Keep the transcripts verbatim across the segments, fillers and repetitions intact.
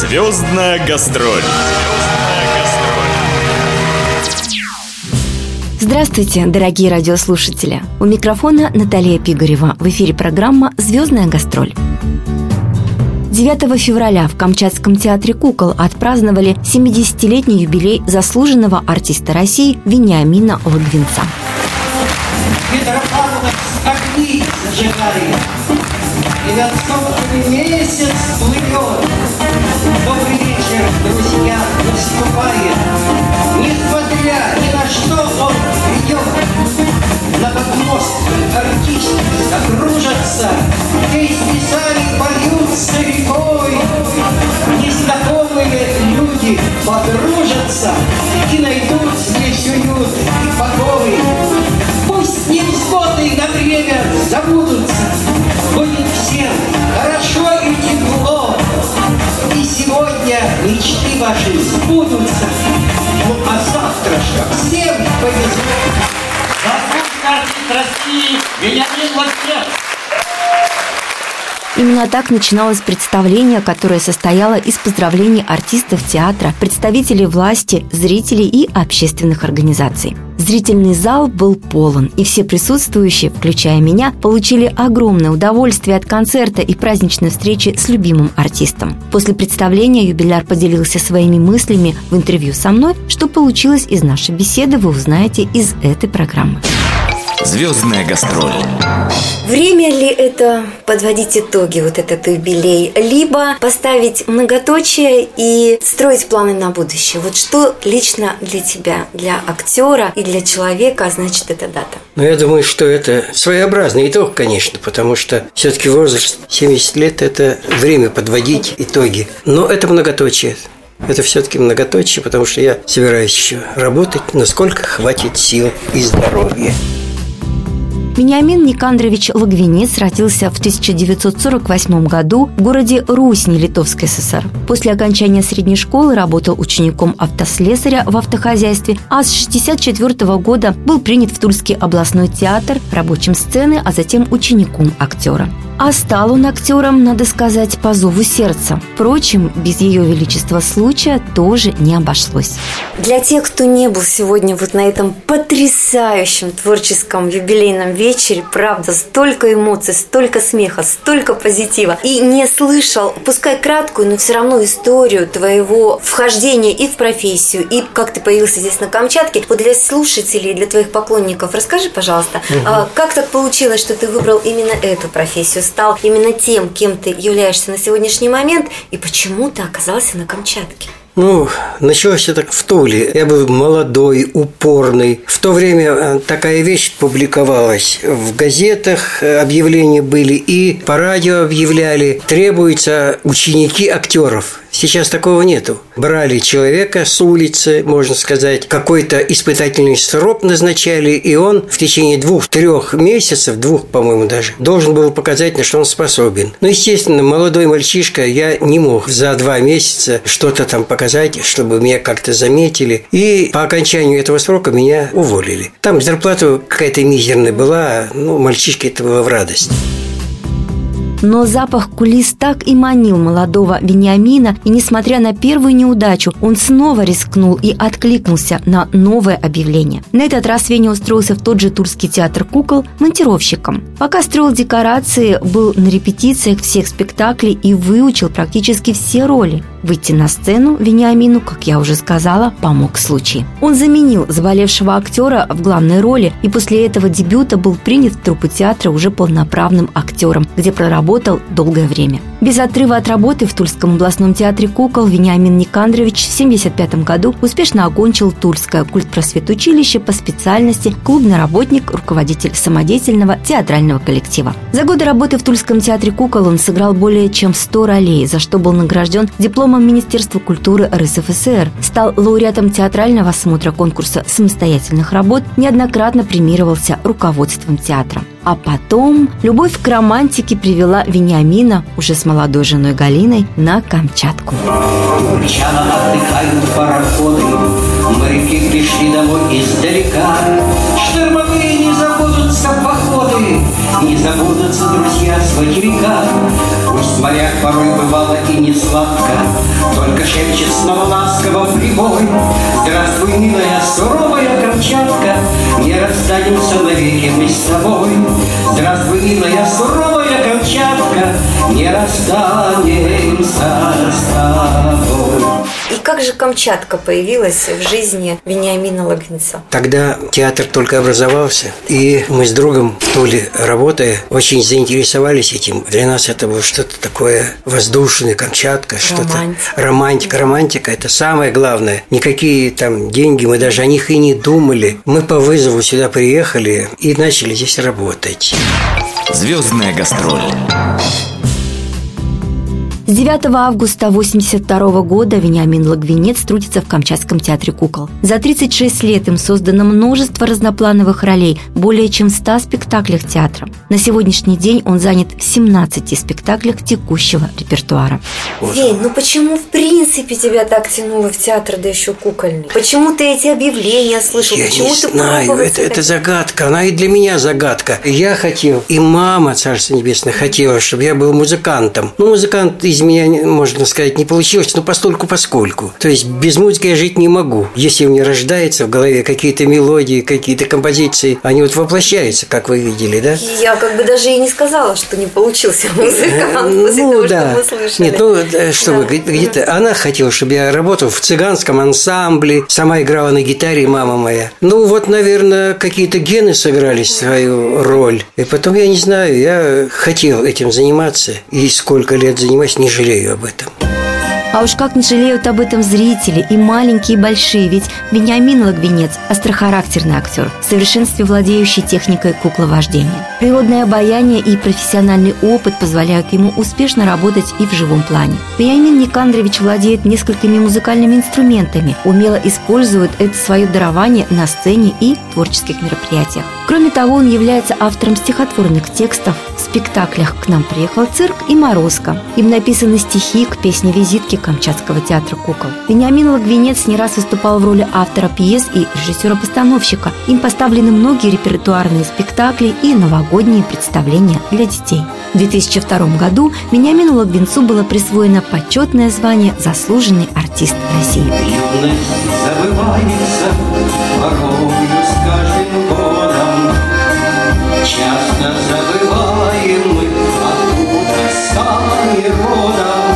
Звездная гастроль. Здравствуйте, дорогие радиослушатели! У микрофона Наталья Пигарева. В эфире программа «Звездная гастроль». девятого февраля в Камчатском театре кукол отпраздновали семидесятилетний юбилей заслуженного артиста России Вениамина Логвинца. Петропавловск огни зажигает, и над солнцем месяц плывет. Добрый вечер, друзья, наступает. Несмотря ни на что он придет, на подмостках артисты закружатся, песни сами польются рекой. Незнакомые люди подружатся и найдут здесь уют и покой. Пусть невзгоды на время забудутся, будет всем хорошо и тепло. И сегодня мечты ваши сбудутся, ну а завтра что всем повезло. Заслуженный артист России Вениамин Логвинец. Именно так начиналось представление, которое состояло из поздравлений артистов театра, представителей власти, зрителей и общественных организаций. Зрительный зал был полон, и все присутствующие, включая меня, получили огромное удовольствие от концерта и праздничной встречи с любимым артистом. После представления юбиляр поделился своими мыслями в интервью со мной. Что получилось из нашей беседы, вы узнаете из этой программы. Звездная гастроль. Время ли это подводить итоги, вот этот юбилей, либо поставить многоточие и строить планы на будущее? Вот что лично для тебя, для актера и для человека значит эта дата? Ну, я думаю, что это своеобразный итог, конечно, потому что все-таки возраст семьдесят лет – это время подводить итоги. Но это многоточие. Это все-таки многоточие, потому что я собираюсь еще работать, насколько хватит сил и здоровья. Вениамин Никандрович Логвинец родился в тысяча девятьсот сорок восьмом году в городе Русни Литовской ССР. После окончания средней школы работал учеником автослесаря в автохозяйстве, а с шестьдесят четвёртого года был принят в Тульский областной театр рабочим сцены, а затем учеником актера. А стал он актером, надо сказать, по зову сердца. Впрочем, без ее величества случая тоже не обошлось. Для тех, кто не был сегодня вот на этом потрясающем творческом юбилейном вечере, правда, столько эмоций, столько смеха, столько позитива, и не слышал, пускай краткую, но все равно историю твоего вхождения и в профессию, и как ты появился здесь на Камчатке. Вот для слушателей, для твоих поклонников расскажи, пожалуйста, угу. а как так получилось, что ты выбрал именно эту профессию, стал именно тем, кем ты являешься на сегодняшний момент, и почему ты оказался на Камчатке? Ну, началось все так в Туле. Я был молодой, упорный. В то время такая вещь публиковалась. В газетах объявления были, и по радио объявляли. Требуются ученики актеров. Сейчас такого нету. Брали человека с улицы, можно сказать, какой-то испытательный срок назначали, и он в течение двух-трех месяцев, двух, по-моему, даже, должен был показать, на что он способен. Ну, естественно, молодой мальчишка, я не мог за два месяца что-то там показать, чтобы меня как-то заметили. И по окончанию этого срока меня уволили. Там зарплата какая-то мизерная была, ну, мальчишке это было в радость. Но запах кулис так и манил молодого Вениамина, и, несмотря на первую неудачу, он снова рискнул и откликнулся на новое объявление. На этот раз Веня устроился в тот же Тульский театр кукол монтировщиком. Пока строил декорации, был на репетициях всех спектаклей и выучил практически все роли. Выйти на сцену Вениамину, как я уже сказала, помог случай. Он заменил заболевшего актера в главной роли, и после этого дебюта был принят в труппу театра уже полноправным актером, где проработал долгое время. Без отрыва от работы в Тульском областном театре кукол Вениамин Никандрович в семьдесят пятом году успешно окончил Тульское культпросветучилище по специальности клубный работник, руководитель самодеятельного театрального коллектива. За годы работы в Тульском театре кукол он сыграл более чем сто ролей, за что был награжден дипломом Министерства культуры РСФСР, стал лауреатом театрального осмотра конкурса самостоятельных работ, неоднократно премировался руководством театра. А потом любовь к романтике привела Вениамина, уже с молодой женой Галиной, на Камчатку. Причально отдыхают пароходы, моряки пришли домой издалека. Штормовые не забудутся походы, не забудутся друзья с материка. Пусть в морях порой бывало и не сладко, только шепчет снова ласково прибой. Здравствуй, милая, суровая Камчатка, не расстанемся навеки мы с тобой. Здравствуй, милая, суровая Камчатка, не расстанемся с тобой. И как же Камчатка появилась в жизни Вениамина Логвинца? Тогда театр только образовался, и мы с другом в Туле, работая, очень заинтересовались этим. Для нас это было что-то такое воздушное, Камчатка, что-то романтика. Романтика – это самое главное. Никакие там деньги, мы даже о них и не думали. Мы по вызову сюда приехали и начали здесь работать. Звездная гастроль. С девятого августа тысяча девятьсот восемьдесят второго года Вениамин Логвинец трудится в Камчатском театре кукол. За тридцать шесть лет им создано множество разноплановых ролей, более чем в ста спектаклях театра. На сегодняшний день он занят в семнадцати спектаклях текущего репертуара. Вень, ну почему в принципе тебя так тянуло в театр, да еще кукольный? Почему ты эти объявления слышал? Я почему не ты знаю, это, это загадка, она и для меня загадка. Я хотел, и мама, Царство Небесное, хотела, чтобы я был музыкантом. Ну, музыкант из меня, можно сказать, не получилось, но постольку-поскольку. То есть без музыки я жить не могу. Если у меня рождается в голове какие-то мелодии, какие-то композиции, они вот воплощаются, как вы видели, да? Я как бы даже и не сказала, что не получился музыкант после ну, того, да. что мы слышали. Нет, ну, что вы, да. где-то она хотела, чтобы я работал в цыганском ансамбле, сама играла на гитаре, мама моя. Ну, вот, наверное, какие-то гены сыграли свою роль. И потом, я не знаю, я хотел этим заниматься, и сколько лет занимаюсь, не жалею об этом. А уж как не жалеют об этом зрители, и маленькие, и большие, ведь Вениамин Логвинец – острохарактерный актер, в совершенстве владеющий техникой кукловождения. Природное обаяние и профессиональный опыт позволяют ему успешно работать и в живом плане. Вениамин Никандрович владеет несколькими музыкальными инструментами, умело использует это свое дарование на сцене и творческих мероприятиях. Кроме того, он является автором стихотворных текстов в спектаклях «К нам приехал цирк» и «Морозко». Им написаны стихи к песне-визитке Камчатского театра кукол. Вениамин Логвинец не раз выступал в роли автора пьес и режиссера-постановщика. Им поставлены многие репертуарные спектакли и новогодние представления для детей. В две тысячи втором году Вениамину Логвинцу было присвоено почетное звание «Заслуженный артист России». Юность забывается порою с каждым годом. Часто забываем мы, откуда сами родом.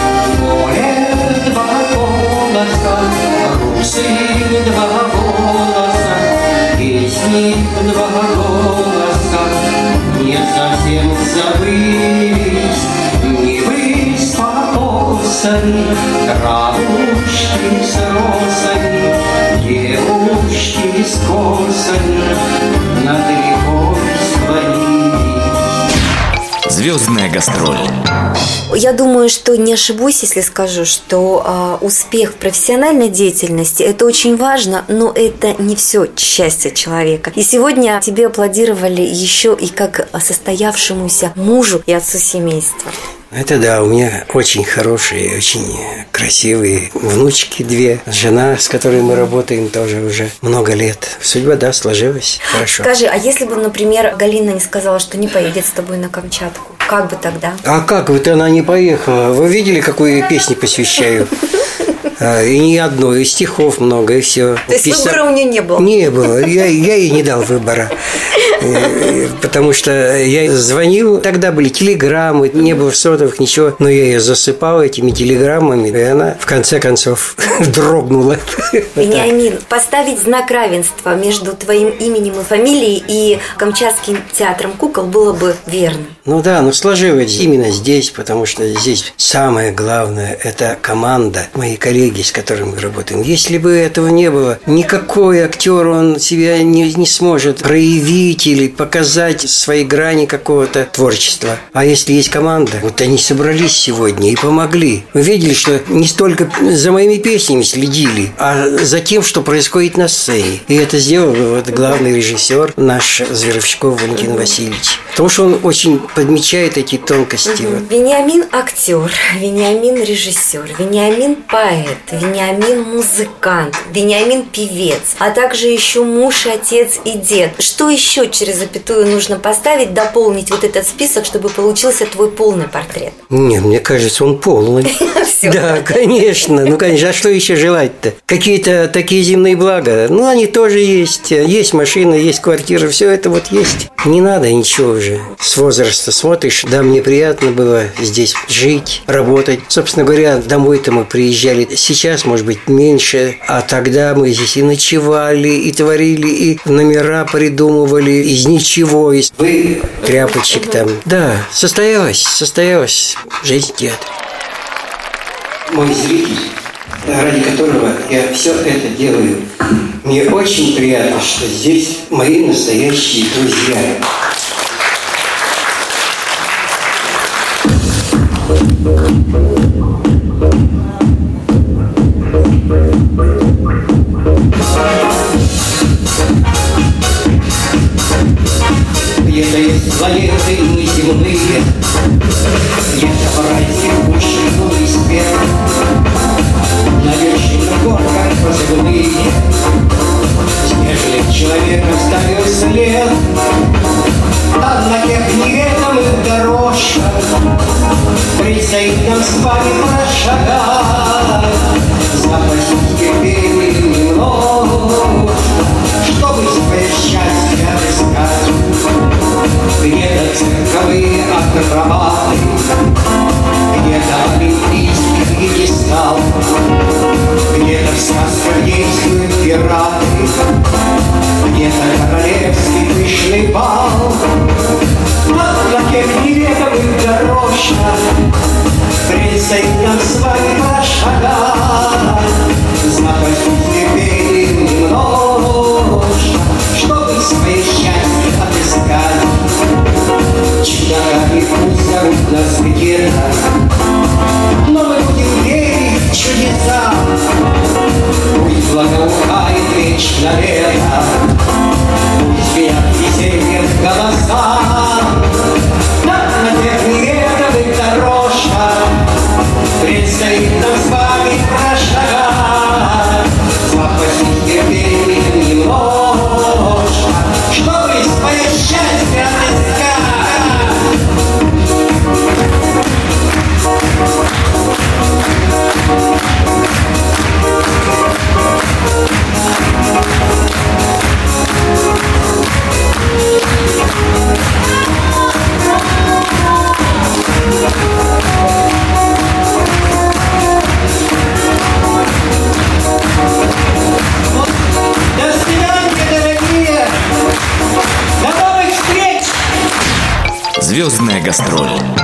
Поле два голоса, русые два голоса, песни два голоса. Не совсем забылись, не выспатосани, травушки с росами, девушки с косами над рекой склонились. Звездная гастроль. Я думаю, что не ошибусь, если скажу, что э, успех в профессиональной деятельности – это очень важно, но это не все счастье человека. И сегодня тебе аплодировали еще и как состоявшемуся мужу и отцу семейства. Это да, у меня очень хорошие, очень красивые внучки две. Жена, с которой мы работаем тоже уже много лет. Судьба, да, сложилась хорошо. Скажи, а если бы, например, Галина не сказала, что не поедет с тобой на Камчатку, как бы тогда? А как вот она не поехала? Вы видели, какую я песни посвящаю? И не одно, и стихов много, и все. То есть Писа... выбора у нее не было? Не было. Я, я ей не дал выбора. Потому что я звонил, тогда были телеграммы, не было сотовых, ничего, но я ее засыпал этими телеграммами, и она в конце концов дрогнула. Вениамин, поставить знак равенства между твоим именем и фамилией и Камчатским театром кукол было бы верно. Ну да, но сложилось именно здесь, потому что здесь самое главное – это команда, мои коллеги, с которыми мы работаем. Если бы этого не было, никакой актер он себя не, не сможет проявить или показать свои грани какого-то творчества. А если есть команда, вот они собрались сегодня и помогли. Вы видели, что не столько за моими песнями следили, а за тем, что происходит на сцене. И это сделал вот главный режиссер наш Зверовщиков Валентин Васильевич. Потому что он очень подмечает эти тонкости. Угу. Вениамин актер, Вениамин режиссер, Вениамин поэт. Вениамин музыкант, Вениамин певец, а также еще муж, отец и дед. Что еще через запятую нужно поставить, дополнить вот этот список, чтобы получился твой полный портрет? Нет, мне кажется, он полный. Да, конечно. Ну, конечно, а что еще желать-то? Какие-то такие земные блага, ну, они тоже есть. Есть машина, есть квартира, все это вот есть. Не надо ничего уже. С возраста смотришь, да, мне приятно было здесь жить, работать. Собственно говоря, домой-то мы приезжали сейчас, может быть, меньше, а тогда мы здесь и ночевали, и творили, и номера придумывали из ничего, из тряпочек там. Да, состоялась, состоялась жизнь театра. Мой зритель, ради которого я все это делаю, мне очень приятно, что здесь мои настоящие друзья. Где-то есть планеты неземные, где-то в райских пущах лунный свет, на вершинах гор, как позывные, снежных человеков ставил след. А на тех неведомых дорожках предстоит нам с вами прошагать, запастись терпением немного, чтобы свое счастье отыскать. Где-то цирковые акробаты, где-то олимпийский пьедестал, где-то в сказках действуют пираты, где-то королевский пышный бал. На тех неведомых дорожках предстоит нам с вами прошагать, запастись терпением немножко, чтобы свое счастье отыскать. Чудака и пусть зовут нас где-то, но мы будем верить в чудеса. Пусть благоухает вечно лето, пусть звенят весельем голоса. На тех неведомых дорожках предстоит нам с вами прошагать, запастись терпением немножко, чтобы свое счастье отыскать. До свидания, дорогие! До новых встреч! Звездная гастроль.